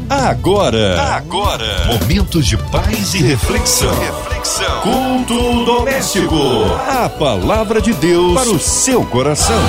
Agora, momentos de paz e reflexão. Culto doméstico. A palavra de Deus para o seu coração.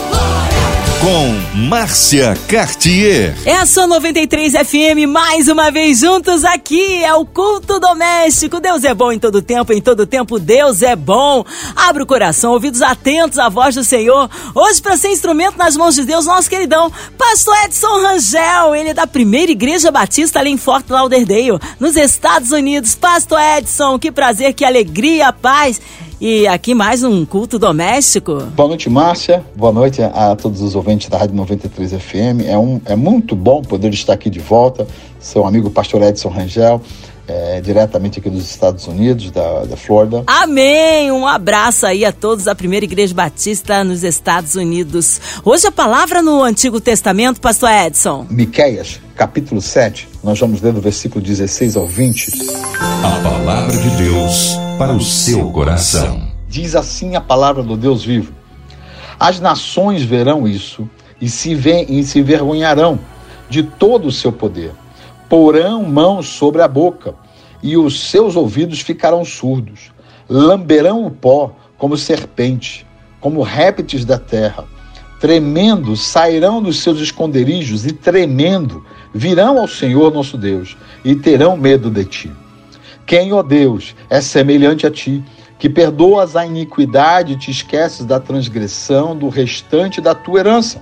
Com Márcia Cartier. É a sua 93 FM, mais uma vez juntos aqui, é o Culto Doméstico. Deus é bom em todo tempo Deus é bom. Abre o coração, ouvidos atentos à voz do Senhor. Hoje, para ser instrumento nas mãos de Deus, nosso queridão Pastor Edson Rangel. Ele é da Primeira Igreja Batista ali em Fort Lauderdale, nos Estados Unidos. Pastor Edson, que prazer, que alegria, paz. E aqui mais um Culto Doméstico. Boa noite, Márcia. Boa noite a todos os ouvintes da Rádio 93 FM. É muito bom poder estar aqui de volta. Seu amigo Pastor Edson Rangel, diretamente aqui dos Estados Unidos, da Flórida. Amém! Um abraço aí a todos da Primeira Igreja Batista nos Estados Unidos. Hoje a palavra no Antigo Testamento, Pastor Edson. Miqueias, capítulo 7. Nós vamos ler do versículo 16 ao 20. A palavra de Deus para o seu coração. Diz assim a palavra do Deus vivo: as nações verão isso e se envergonharão de todo o seu poder. Porão mãos sobre a boca e os seus ouvidos ficarão surdos. Lamberão o pó como serpente, como répteis da terra. Tremendo sairão dos seus esconderijos e tremendo virão ao Senhor nosso Deus e terão medo de ti. Quem, ó Deus, é semelhante a ti, que perdoas a iniquidade e te esqueces da transgressão do restante da tua herança?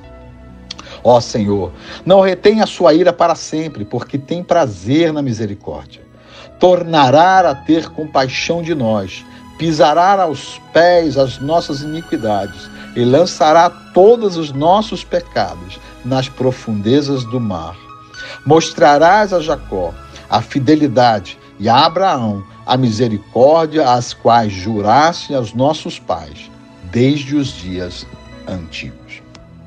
Ó Senhor, não retém a sua ira para sempre, porque tem prazer na misericórdia. Tornará a ter compaixão de nós, pisará aos pés as nossas iniquidades e lançará todos os nossos pecados nas profundezas do mar. Mostrarás a Jacó a fidelidade e a Abraão a misericórdia, as quais juraste aos nossos pais, desde os dias antigos.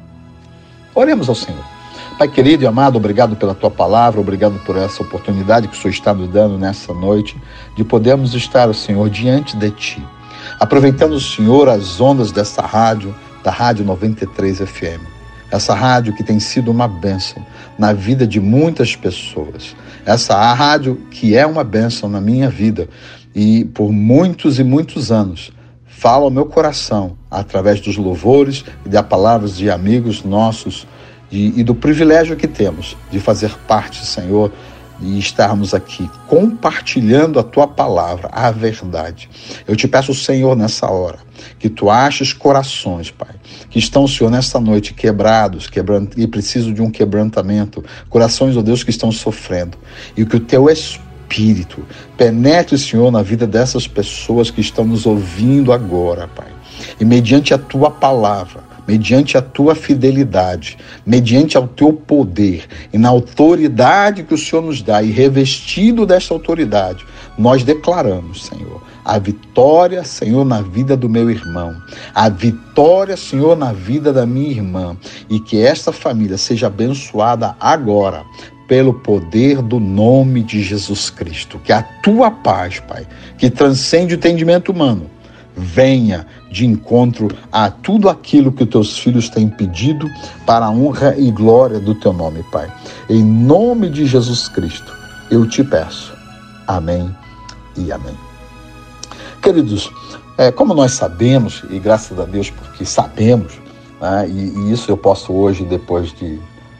Oremos ao Senhor. Pai querido e amado, obrigado pela tua palavra, obrigado por essa oportunidade que o Senhor está nos dando nessa noite, de podermos estar, Senhor, diante de ti. Aproveitando, Senhor, as ondas dessa rádio, da Rádio 93 FM. Essa rádio que tem sido uma bênção na vida de muitas pessoas. Essa rádio que é uma bênção na minha vida e por muitos e muitos anos fala ao meu coração através dos louvores e das palavras de amigos nossos e do privilégio que temos de fazer parte, Senhor, e estarmos aqui compartilhando a tua palavra, a verdade. Eu te peço, Senhor, nessa hora, que tu aches corações, Pai, que estão, Senhor, nessa noite quebrados e precisam de um quebrantamento, corações, ó Deus, que estão sofrendo, e que o teu Espírito penetre, Senhor, na vida dessas pessoas que estão nos ouvindo agora, Pai, e mediante a tua palavra, mediante a tua fidelidade, mediante ao teu poder e na autoridade que o Senhor nos dá, e revestido desta autoridade, nós declaramos, Senhor, a vitória, Senhor, na vida do meu irmão, a vitória, Senhor, na vida da minha irmã, e que esta família seja abençoada agora, pelo poder do nome de Jesus Cristo. Que a tua paz, Pai, que transcende o entendimento humano, venha de encontro a tudo aquilo que os teus filhos têm pedido para a honra e glória do teu nome, Pai. Em nome de Jesus Cristo, eu te peço. Amém e amém. Queridos, como nós sabemos, e graças a Deus porque sabemos, né, e isso eu posso hoje, depois de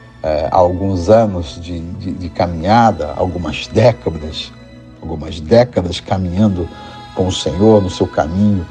alguns anos de caminhada, algumas décadas caminhando com o Senhor no seu caminho,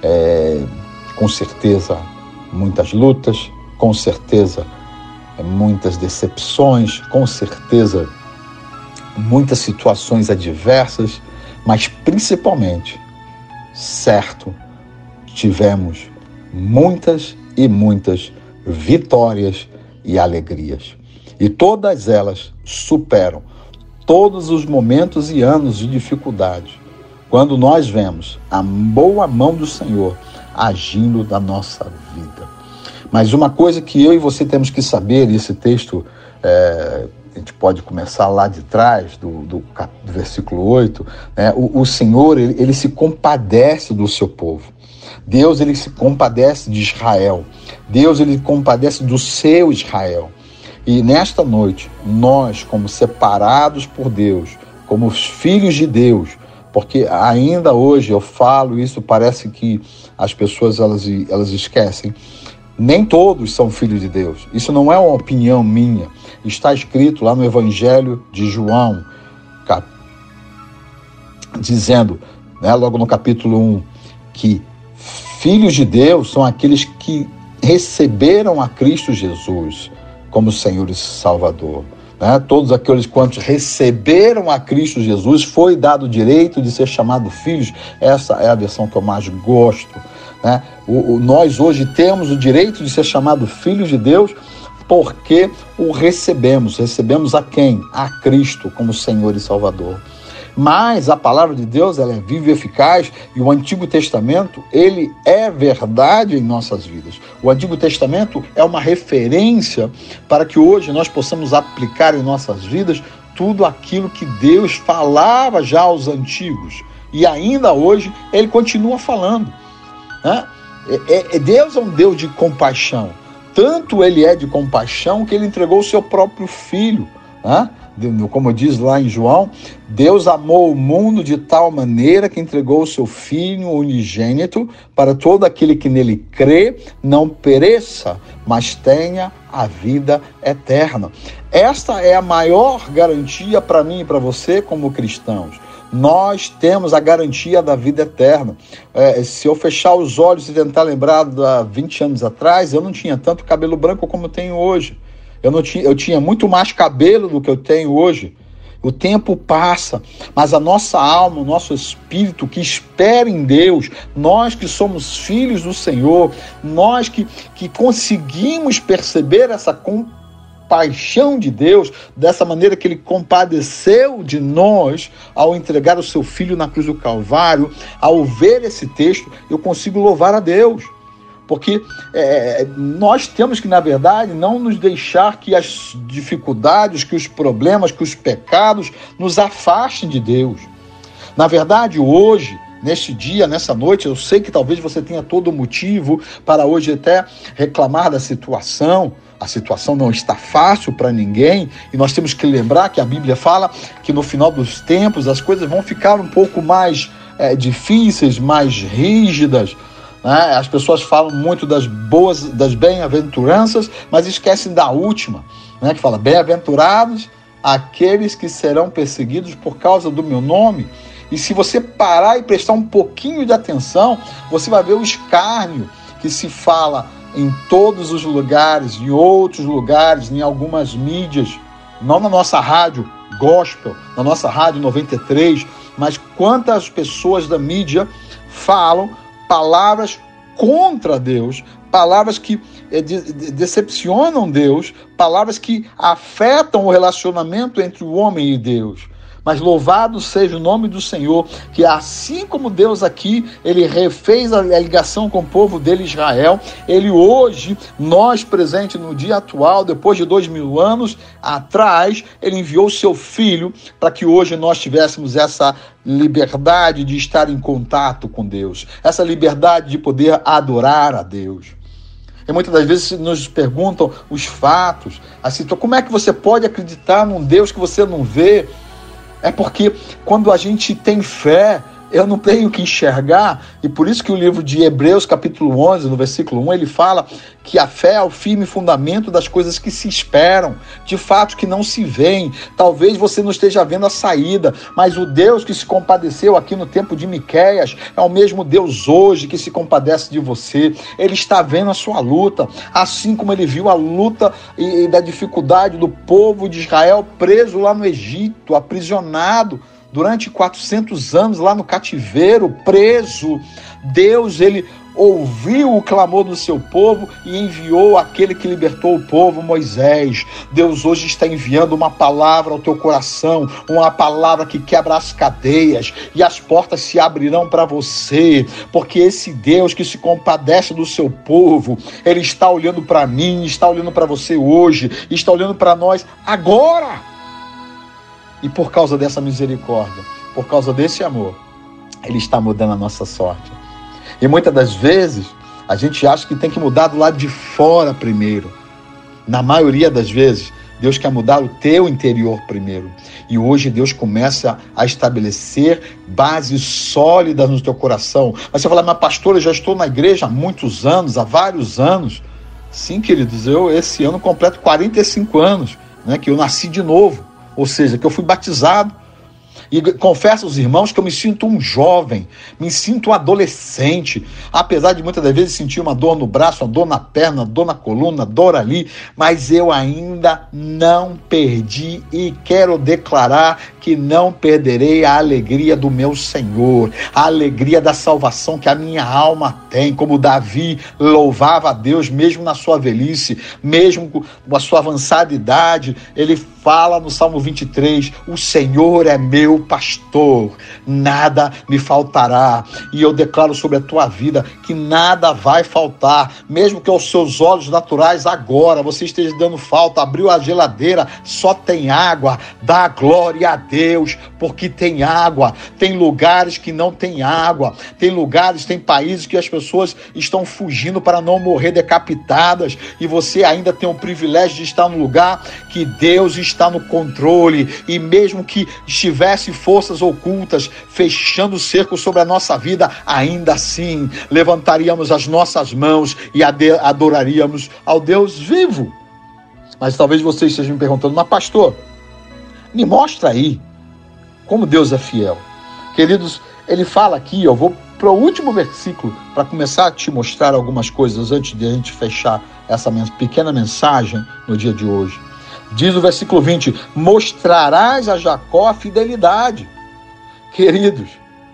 com certeza muitas lutas, com certeza muitas decepções, com certeza muitas situações adversas, mas principalmente, certo, tivemos muitas e muitas vitórias e alegrias. E todas elas superam todos os momentos e anos de dificuldade, quando nós vemos a boa mão do Senhor agindo na nossa vida. Mas uma coisa que eu e você temos que saber, e esse texto, a gente pode começar lá de trás, do versículo 8, né? O Senhor, ele se compadece do seu povo. Deus, ele se compadece de Israel. Deus, ele compadece do seu Israel. E nesta noite, nós, como separados por Deus, como os filhos de Deus, porque ainda hoje eu falo isso, parece que as pessoas elas esquecem, nem todos são filhos de Deus. Isso não é uma opinião minha. Está escrito lá no Evangelho de João, dizendo, né, logo no capítulo 1, que filhos de Deus são aqueles que receberam a Cristo Jesus como Senhor e Salvador. Né? Todos aqueles quantos receberam a Cristo Jesus foi dado o direito de ser chamado filhos. Essa é a versão que eu mais gosto. Né? Nós hoje temos o direito de ser chamado filhos de Deus porque o recebemos. Recebemos a quem? A Cristo como Senhor e Salvador. Mas a palavra de Deus, ela é viva e eficaz, e o Antigo Testamento, ele é verdade em nossas vidas. O Antigo Testamento é uma referência para que hoje nós possamos aplicar em nossas vidas tudo aquilo que Deus falava já aos antigos. E ainda hoje ele continua falando. Né? Deus é um Deus de compaixão. Tanto ele é de compaixão que ele entregou o seu próprio filho. Né? Como diz lá em João, Deus amou o mundo de tal maneira que entregou o seu Filho unigênito para todo aquele que nele crê não pereça, mas tenha a vida eterna. Esta é a maior garantia para mim e para você como cristãos. Nós temos a garantia da vida eterna. Se eu fechar os olhos e tentar lembrar de 20 anos atrás, eu não tinha tanto cabelo branco como tenho hoje. Eu tinha muito mais cabelo do que eu tenho hoje. O tempo passa, mas a nossa alma, o nosso espírito que espera em Deus, nós que somos filhos do Senhor, nós que conseguimos perceber essa compaixão de Deus, dessa maneira que Ele compadeceu de nós ao entregar o seu Filho na cruz do Calvário, ao ver esse texto, eu consigo louvar a Deus. Porque nós temos que, na verdade, não nos deixar que as dificuldades, que os problemas, que os pecados nos afastem de Deus. Na verdade, hoje, neste dia, nessa noite, eu sei que talvez você tenha todo motivo para hoje até reclamar da situação. A situação não está fácil para ninguém e nós temos que lembrar que a Bíblia fala que no final dos tempos as coisas vão ficar um pouco mais difíceis, mais rígidas. As pessoas falam muito das bem-aventuranças, mas esquecem da última, né? Que fala, bem-aventurados aqueles que serão perseguidos por causa do meu nome. E se você parar e prestar um pouquinho de atenção, você vai ver o escárnio que se fala em todos os lugares, em outros lugares, em algumas mídias, não na nossa rádio gospel, na nossa rádio 93, mas quantas pessoas da mídia falam palavras contra Deus, palavras que decepcionam Deus, palavras que afetam o relacionamento entre o homem e Deus. Mas louvado seja o nome do Senhor, que assim como Deus aqui, Ele refez a ligação com o povo dele, Israel, Ele hoje, nós presente no dia atual, depois de 2000 anos atrás, Ele enviou o seu Filho para que hoje nós tivéssemos essa liberdade de estar em contato com Deus, essa liberdade de poder adorar a Deus. E muitas das vezes nos perguntam os fatos, assim, como é que você pode acreditar num Deus que você não vê? É porque quando a gente tem fé, eu não tenho que enxergar, e por isso que o livro de Hebreus, capítulo 11, no versículo 1, ele fala que a fé é o firme fundamento das coisas que se esperam, de fato que não se veem. Talvez você não esteja vendo a saída, mas o Deus que se compadeceu aqui no tempo de Miqueias é o mesmo Deus hoje que se compadece de você. Ele está vendo a sua luta, assim como ele viu a luta e da dificuldade do povo de Israel preso lá no Egito, aprisionado durante 400 anos lá no cativeiro, preso. Deus, ele ouviu o clamor do seu povo e enviou aquele que libertou o povo, Moisés. Deus hoje está enviando uma palavra ao teu coração, uma palavra que quebra as cadeias e as portas se abrirão para você, porque esse Deus que se compadece do seu povo, ele está olhando para mim, está olhando para você hoje, está olhando para nós agora. E por causa dessa misericórdia, por causa desse amor, Ele está mudando a nossa sorte. E muitas das vezes, a gente acha que tem que mudar do lado de fora primeiro. Na maioria das vezes, Deus quer mudar o teu interior primeiro. E hoje Deus começa a estabelecer bases sólidas no teu coração. Mas você fala, mas pastor, eu já estou na igreja há muitos anos, há vários anos. Sim, queridos, eu esse ano completo 45 anos, né, que eu nasci de novo. Ou seja, que eu fui batizado. E confesso aos irmãos que eu me sinto um jovem, me sinto um adolescente, apesar de muitas das vezes sentir uma dor no braço, uma dor na perna, dor na coluna, dor ali, mas eu ainda não perdi e quero declarar que não perderei a alegria do meu Senhor, a alegria da salvação que a minha alma tem, como Davi louvava a Deus mesmo na sua velhice, mesmo com a sua avançada idade. Ele fala no Salmo 23, o Senhor é meu pastor, nada me faltará. E eu declaro sobre a tua vida que nada vai faltar, mesmo que aos seus olhos naturais agora você esteja dando falta, abriu a geladeira, só tem água, dá glória a Deus, porque tem água. Tem lugares que não tem água, tem lugares, tem países que as pessoas estão fugindo para não morrer decapitadas, e você ainda tem o privilégio de estar no lugar que Deus está no controle. E mesmo que estivesse forças ocultas fechando o cerco sobre a nossa vida, ainda assim levantaríamos as nossas mãos e adoraríamos ao Deus vivo. Mas talvez você esteja me perguntando, mas pastor, me mostra aí como Deus é fiel. Queridos, ele fala aqui, eu vou para o último versículo para começar a te mostrar algumas coisas antes de a gente fechar essa pequena mensagem no dia de hoje. Diz o versículo 20, mostrarás a Jacó a fidelidade. Queridos,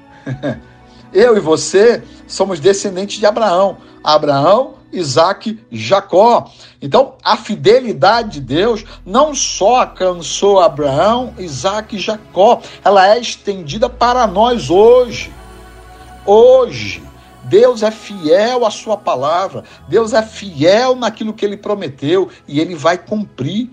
eu e você somos descendentes de Abraão. Abraão, Isaac, Jacó. Então, a fidelidade de Deus não só alcançou Abraão, Isaac e Jacó, ela é estendida para nós hoje. Hoje, Deus é fiel à sua palavra, Deus é fiel naquilo que ele prometeu e ele vai cumprir.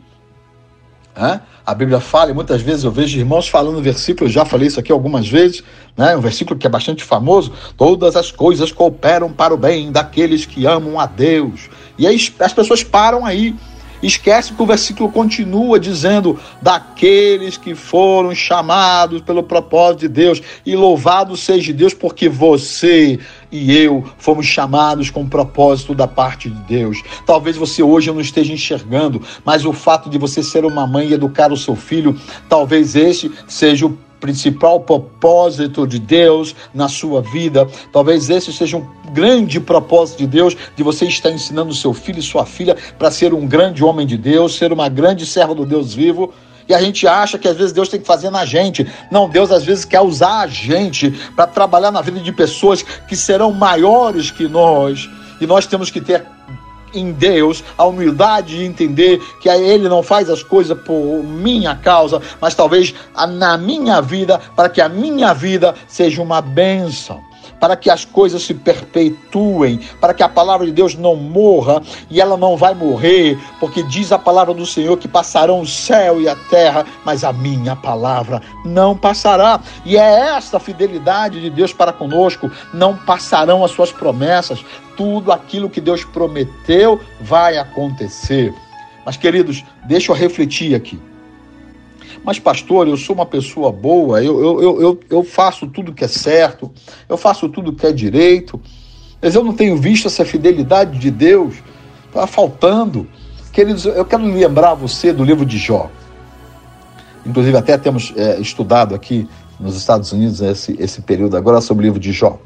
A Bíblia fala, e muitas vezes eu vejo irmãos falando no versículo, eu já falei isso aqui algumas vezes, né? Um versículo que é bastante famoso, todas as coisas cooperam para o bem daqueles que amam a Deus. E aí as pessoas param aí, esquece que o versículo continua dizendo, daqueles que foram chamados pelo propósito de Deus, e louvado seja Deus, porque você e eu fomos chamados com propósito da parte de Deus. Talvez você hoje não esteja enxergando, mas o fato de você ser uma mãe e educar o seu filho, talvez esse seja o principal propósito de Deus na sua vida. Talvez esse seja um grande propósito de Deus, de você estar ensinando o seu filho e sua filha para ser um grande homem de Deus, ser uma grande serva do Deus vivo. E a gente acha que às vezes Deus tem que fazer na gente. Não, Deus às vezes quer usar a gente para trabalhar na vida de pessoas que serão maiores que nós. E nós temos que ter em Deus a humildade de entender que Ele não faz as coisas por minha causa, mas talvez na minha vida, para que a minha vida seja uma bênção, para que as coisas se perpetuem, para que a palavra de Deus não morra, e ela não vai morrer, porque diz a palavra do Senhor que passarão o céu e a terra, mas a minha palavra não passará. E é esta fidelidade de Deus para conosco, não passarão as suas promessas, tudo aquilo que Deus prometeu vai acontecer. Mas, queridos, deixa eu refletir aqui. Mas, pastor, eu sou uma pessoa boa, eu faço tudo que é certo, eu faço tudo que é direito, mas eu não tenho visto essa fidelidade de Deus, está faltando. Queridos, eu quero lembrar você do livro de Jó. Inclusive, até temos estudado aqui nos Estados Unidos esse período agora sobre o livro de Jó.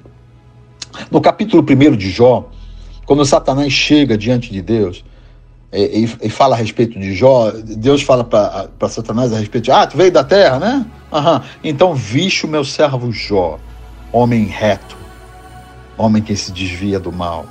No capítulo 1 de Jó, quando Satanás chega diante de Deus, e fala a respeito de Jó, Deus fala para Satanás a respeito de, tu veio da terra, né? Então viste o meu servo Jó, homem reto, homem que se desvia do mal.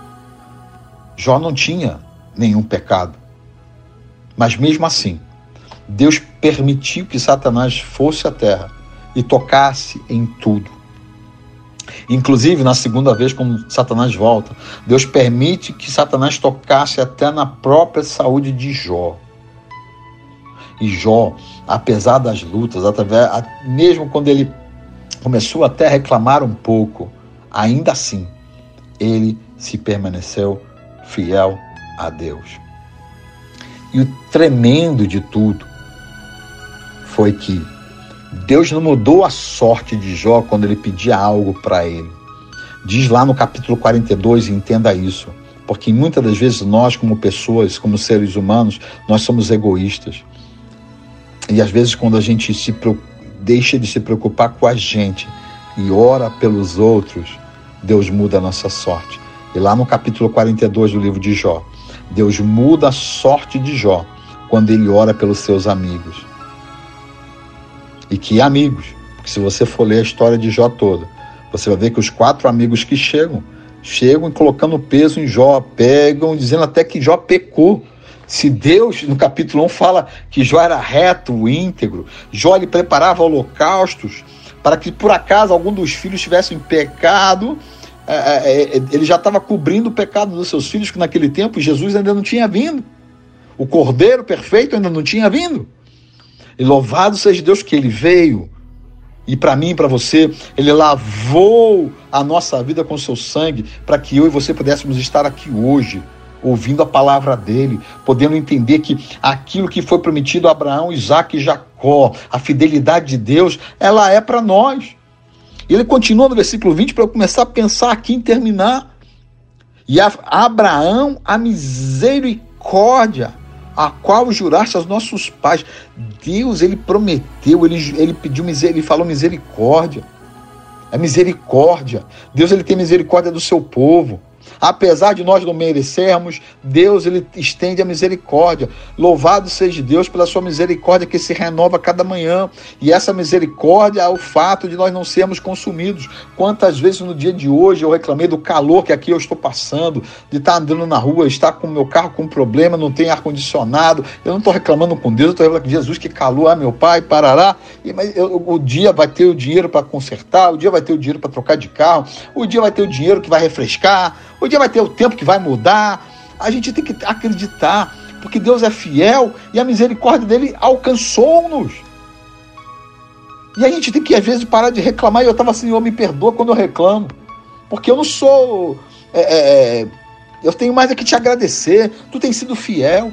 Jó não tinha nenhum pecado, mas mesmo assim, Deus permitiu que Satanás fosse à terra e tocasse em tudo. Inclusive, na segunda vez, quando Satanás volta, Deus permite que Satanás tocasse até na própria saúde de Jó. E Jó, apesar das lutas, mesmo quando ele começou até a reclamar um pouco, ainda assim, ele se permaneceu fiel a Deus. E o tremendo de tudo foi que Deus não mudou a sorte de Jó quando ele pedia algo para ele. Diz lá no capítulo 42, e entenda isso, porque muitas das vezes nós, como pessoas, como seres humanos, nós somos egoístas. E às vezes quando a gente deixa de se preocupar com a gente e ora pelos outros, Deus muda a nossa sorte. E lá no capítulo 42 do livro de Jó, Deus muda a sorte de Jó quando ele ora pelos seus amigos. E que amigos? Porque se você for ler a história de Jó toda, você vai ver que os 4 amigos que chegam e colocando peso em Jó, pegam, dizendo até que Jó pecou. Se Deus, no capítulo 1, fala que Jó era reto, íntegro, Jó ele preparava holocaustos para que por acaso algum dos filhos tivesse pecado, ele já estava cobrindo o pecado dos seus filhos, que naquele tempo Jesus ainda não tinha vindo. O Cordeiro perfeito ainda não tinha vindo. E louvado seja Deus que ele veio. E para mim e para você, ele lavou a nossa vida com seu sangue, para que eu e você pudéssemos estar aqui hoje, ouvindo a palavra dele, podendo entender que aquilo que foi prometido a Abraão, Isaac e Jacó, a fidelidade de Deus, ela é para nós. E ele continua no versículo 20 para eu começar a pensar aqui em terminar. E a Abraão, a misericórdia, a qual juraste aos nossos pais. Deus, ele prometeu, ele pediu misericórdia, ele falou misericórdia. É misericórdia. Deus, ele tem misericórdia do seu povo. Apesar de nós não merecermos, Deus, ele estende a misericórdia. Louvado seja Deus pela sua misericórdia que se renova cada manhã. E essa misericórdia é o fato de nós não sermos consumidos. Quantas vezes no dia de hoje eu reclamei do calor que aqui eu estou passando, de estar andando na rua, estar com o meu carro com problema, não tem ar-condicionado. Eu não estou reclamando com Deus, eu estou reclamando com Jesus, que calor, meu pai, parará. Mas o dia vai ter o dinheiro para consertar, o dia vai ter o dinheiro para trocar de carro, o dia vai ter o dinheiro que vai refrescar, o dia vai ter o tempo que vai mudar. A gente tem que acreditar, porque Deus é fiel e a misericórdia dele alcançou-nos. E a gente tem que, às vezes, parar de reclamar. E eu estava assim, Senhor, me perdoa quando eu reclamo, porque eu não sou... eu tenho mais é que te agradecer. Tu tens sido fiel.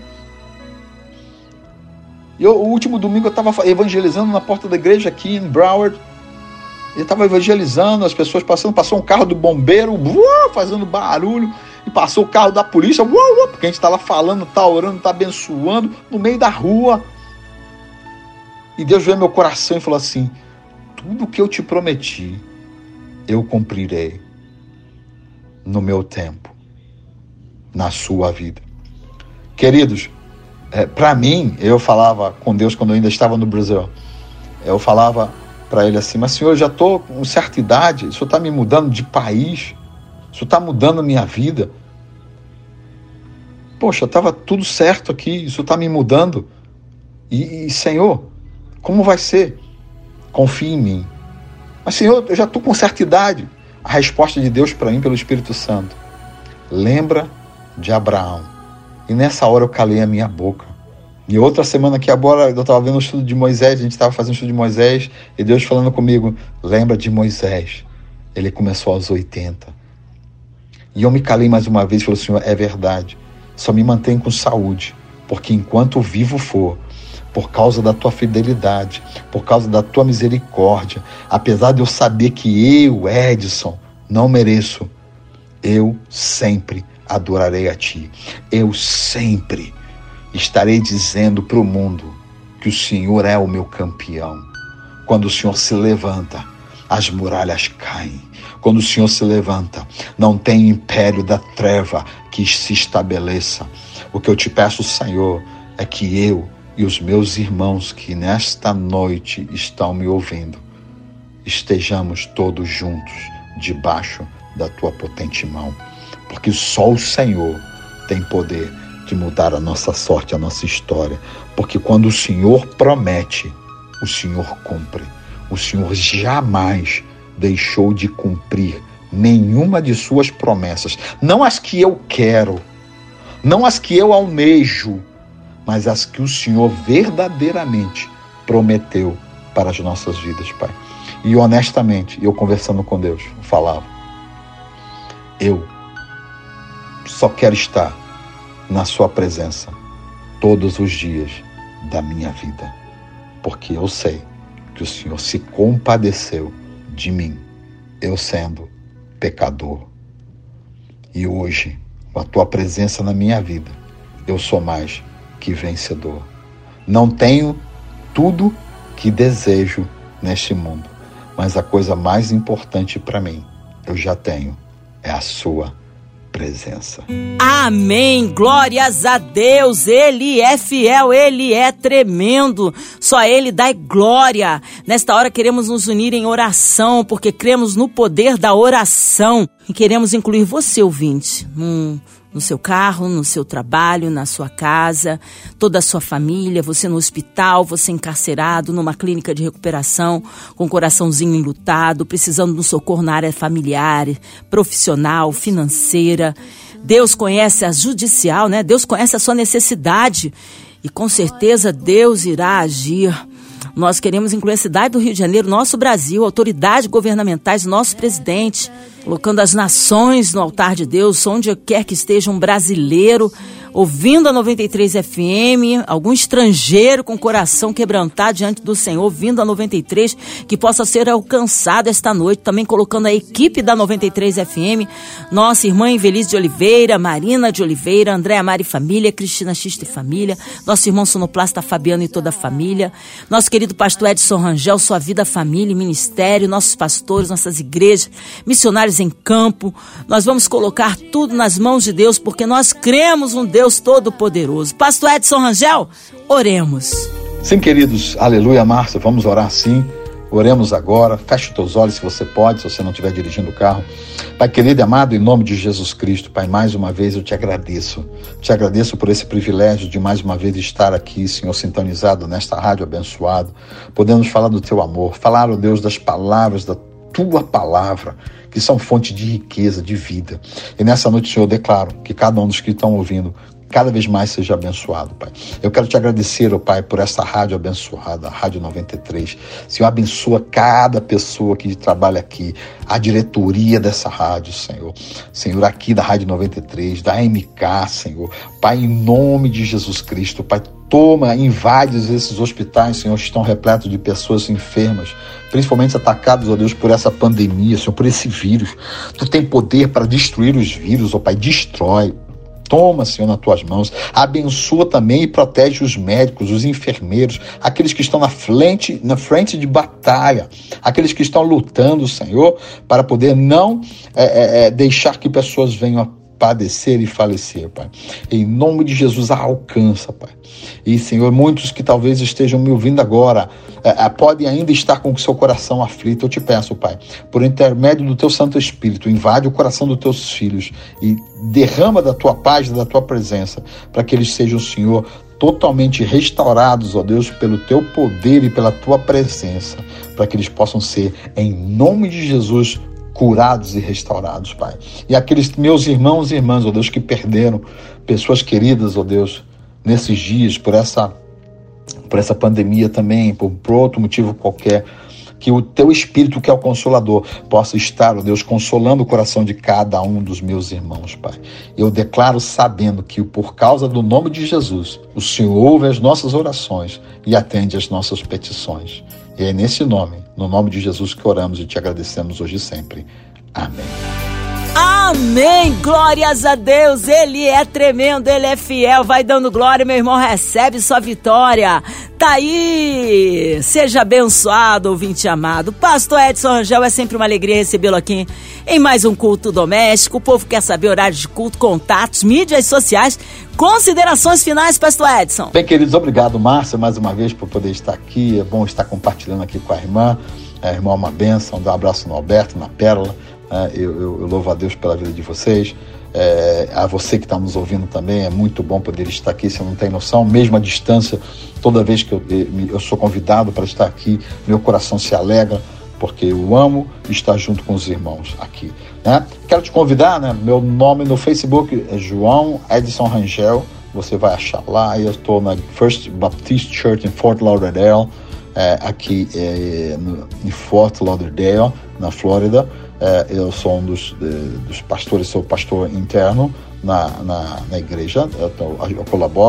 O último domingo eu estava evangelizando na porta da igreja aqui em Broward. Ele estava evangelizando, as pessoas passou um carro do bombeiro, fazendo barulho, e passou o carro da polícia, porque a gente está lá falando, está orando, está abençoando, no meio da rua. E Deus veio no meu coração e falou assim: tudo que eu te prometi, eu cumprirei no meu tempo, na sua vida. Queridos, para mim, eu falava com Deus quando eu ainda estava no Brasil, eu falava para ele assim: mas Senhor, eu já estou com certa idade, o Senhor está me mudando de país, o Senhor está mudando a minha vida. Poxa, estava tudo certo aqui, o Senhor está me mudando. E Senhor, como vai ser? Confie em mim. Mas Senhor, eu já estou com certa idade. A resposta de Deus para mim pelo Espírito Santo: lembra de Abraão. E nessa hora eu calei a minha boca. E outra semana aqui agora, eu estava vendo o estudo de Moisés, a gente estava fazendo o estudo de Moisés, e Deus falando comigo: lembra de Moisés, ele começou aos 80. E eu me calei mais uma vez e falei: Senhor, é verdade, só me mantém com saúde, porque enquanto vivo for, por causa da tua fidelidade, por causa da tua misericórdia, apesar de eu saber que eu, Edson, não mereço, eu sempre adorarei a ti, eu sempre estarei dizendo para o mundo que o Senhor é o meu campeão. Quando o Senhor se levanta, as muralhas caem. Quando o Senhor se levanta, não tem império da treva que se estabeleça. O que eu te peço, Senhor, é que eu e os meus irmãos que nesta noite estão me ouvindo, estejamos todos juntos debaixo da tua potente mão, porque só o Senhor tem poder de mudar a nossa sorte, a nossa história, porque quando o Senhor promete, o Senhor cumpre. O Senhor jamais deixou de cumprir nenhuma de suas promessas, não as que eu quero, não as que eu almejo, mas as que o Senhor verdadeiramente prometeu para as nossas vidas, Pai. E honestamente, eu conversando com Deus, falava: eu só quero estar na sua presença todos os dias da minha vida, porque eu sei que o Senhor se compadeceu de mim, eu sendo pecador. E hoje, com a tua presença na minha vida, eu sou mais que vencedor. Não tenho tudo que desejo neste mundo, mas a coisa mais importante para mim, eu já tenho, é a sua presença. Amém, glórias a Deus, Ele é fiel, Ele é tremendo, só Ele dá glória. Nesta hora queremos nos unir em oração, porque cremos no poder da oração e queremos incluir você, ouvinte, no seu carro, no seu trabalho, na sua casa, toda a sua família, você no hospital, você encarcerado, numa clínica de recuperação, com o coraçãozinho enlutado, precisando de um socorro na área familiar, profissional, financeira. Deus conhece a judicial, né? Deus conhece a sua necessidade e com certeza Deus irá agir. Nós queremos incluir a cidade do Rio de Janeiro, nosso Brasil, autoridades governamentais, nosso presidente, colocando as nações no altar de Deus, onde quer que esteja um brasileiro, ouvindo a 93 FM, algum estrangeiro com o coração quebrantado diante do Senhor, ouvindo a 93, que possa ser alcançado esta noite, também colocando a equipe da 93 FM, nossa irmã Invelise de Oliveira, Marina de Oliveira, Andréa Mari Família, Cristina Xista e Família, nosso irmão sonoplasta Fabiano e toda a família, nosso querido pastor Edson Rangel, sua vida, família e ministério, nossos pastores, nossas igrejas, missionários em campo. Nós vamos colocar tudo nas mãos de Deus, porque nós cremos um Deus Todo-Poderoso. Pastor Edson Rangel, oremos. Sim, queridos, aleluia, Márcia, vamos orar sim. Oremos agora, feche os teus olhos se você pode, se você não estiver dirigindo o carro. Pai querido e amado, em nome de Jesus Cristo, Pai, mais uma vez eu te agradeço. Te agradeço por esse privilégio de mais uma vez estar aqui, Senhor, sintonizado nesta rádio abençoado, podemos falar do teu amor, falar, ó Deus, das palavras, da tua palavra, que são fonte de riqueza, de vida. E nessa noite, Senhor, eu declaro que cada um dos que estão ouvindo cada vez mais seja abençoado, Pai. Eu quero te agradecer, ó Pai, por essa rádio abençoada, a Rádio 93. Senhor, abençoa cada pessoa que trabalha aqui, a diretoria dessa rádio, Senhor. Senhor, aqui da Rádio 93, da MK, Senhor. Pai, em nome de Jesus Cristo, Pai, toma, invade esses hospitais, Senhor, que estão repletos de pessoas enfermas, principalmente atacados, ó Deus, por essa pandemia, Senhor, por esse vírus. Tu tem poder para destruir os vírus, ó Pai, destrói. Toma, Senhor, nas tuas mãos. Abençoa também e protege os médicos, os enfermeiros, aqueles que estão na frente de batalha, aqueles que estão lutando, Senhor, para poder não deixar que pessoas venham a padecer e falecer, Pai. Em nome de Jesus, alcança, Pai. E, Senhor, muitos que talvez estejam me ouvindo agora, podem ainda estar com o seu coração aflito. Eu te peço, Pai, por intermédio do teu Santo Espírito, invade o coração dos teus filhos e derrama da tua paz, da tua presença, para que eles sejam, Senhor, totalmente restaurados, ó Deus, pelo teu poder e pela tua presença, para que eles possam ser, em nome de Jesus, curados e restaurados, Pai. E aqueles meus irmãos e irmãs, ó Deus, que perderam pessoas queridas, ó Deus, nesses dias, por essa pandemia também, por outro motivo qualquer, que o teu Espírito, que é o Consolador, possa estar, ó Deus, consolando o coração de cada um dos meus irmãos, Pai. Eu declaro sabendo que por causa do nome de Jesus, o Senhor ouve as nossas orações e atende as nossas petições. E é nesse nome, no nome de Jesus, que oramos e te agradecemos hoje e sempre. Amém. Amém, glórias a Deus, Ele é tremendo, Ele é fiel, vai dando glória, meu irmão, recebe sua vitória, tá aí, seja abençoado, ouvinte amado. Pastor Edson Rangel, é sempre uma alegria recebê-lo aqui em mais um culto doméstico. O povo quer saber horários de culto, contatos, mídias sociais, considerações finais, Pastor Edson. Bem, queridos, obrigado, Márcia, mais uma vez por poder estar aqui, é bom estar compartilhando aqui com a irmã é uma bênção, dá um abraço no Alberto, na Pérola. Eu louvo a Deus pela vida de vocês, a você que está nos ouvindo também, é muito bom poder estar aqui, você não tem noção, mesmo à distância, toda vez que eu sou convidado para estar aqui, meu coração se alegra, porque eu amo estar junto com os irmãos aqui, né? Quero te convidar, né? Meu nome no Facebook é João Edson Rangel, você vai achar lá, eu estou na First Baptist Church em Fort Lauderdale, aqui em Fort Lauderdale, na Flórida. Eu sou um dos pastores, sou pastor interno na igreja, eu colaboro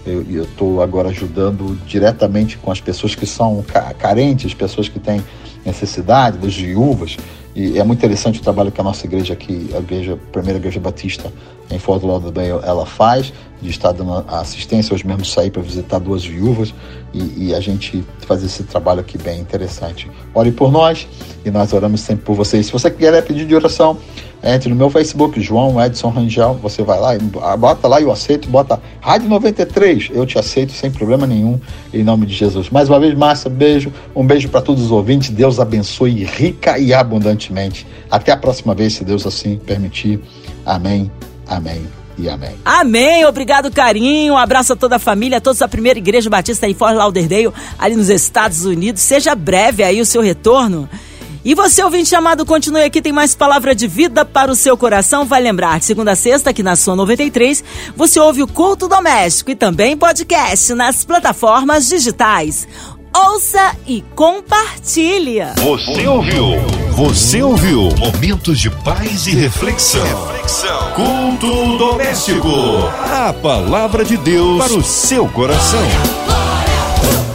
Eu estou agora ajudando diretamente com as pessoas que são carentes, pessoas que têm necessidade, das viúvas. E é muito interessante o trabalho que a nossa igreja aqui, a primeira igreja batista em Fort Lauderdale, ela faz, de estar dando assistência. Hoje mesmo saí para visitar 2 viúvas e a gente faz esse trabalho aqui bem interessante. Ore por nós e nós oramos sempre por vocês. Se você quer pedir de oração, entre no meu Facebook, João Edson Rangel. Você vai lá, bota lá, eu aceito, bota Rádio 93, eu te aceito sem problema nenhum, em nome de Jesus. Mais uma vez, Márcia, beijo, um beijo para todos os ouvintes. Deus abençoe rica e abundantemente. Até a próxima vez, se Deus assim permitir. Amém, amém e amém. Amém, obrigado, carinho. Um abraço a toda a família, a todos da primeira igreja batista em Fort Lauderdale, ali nos Estados Unidos. Seja breve aí o seu retorno. E você, ouvinte amado, continue aqui, tem mais palavra de vida para o seu coração. Vai lembrar, de segunda a sexta, aqui na Som 93, você ouve o Culto Doméstico e também podcast nas plataformas digitais. Ouça e compartilha. Você ouviu Momentos de Paz e Reflexão. Culto Doméstico. A palavra de Deus para o seu coração.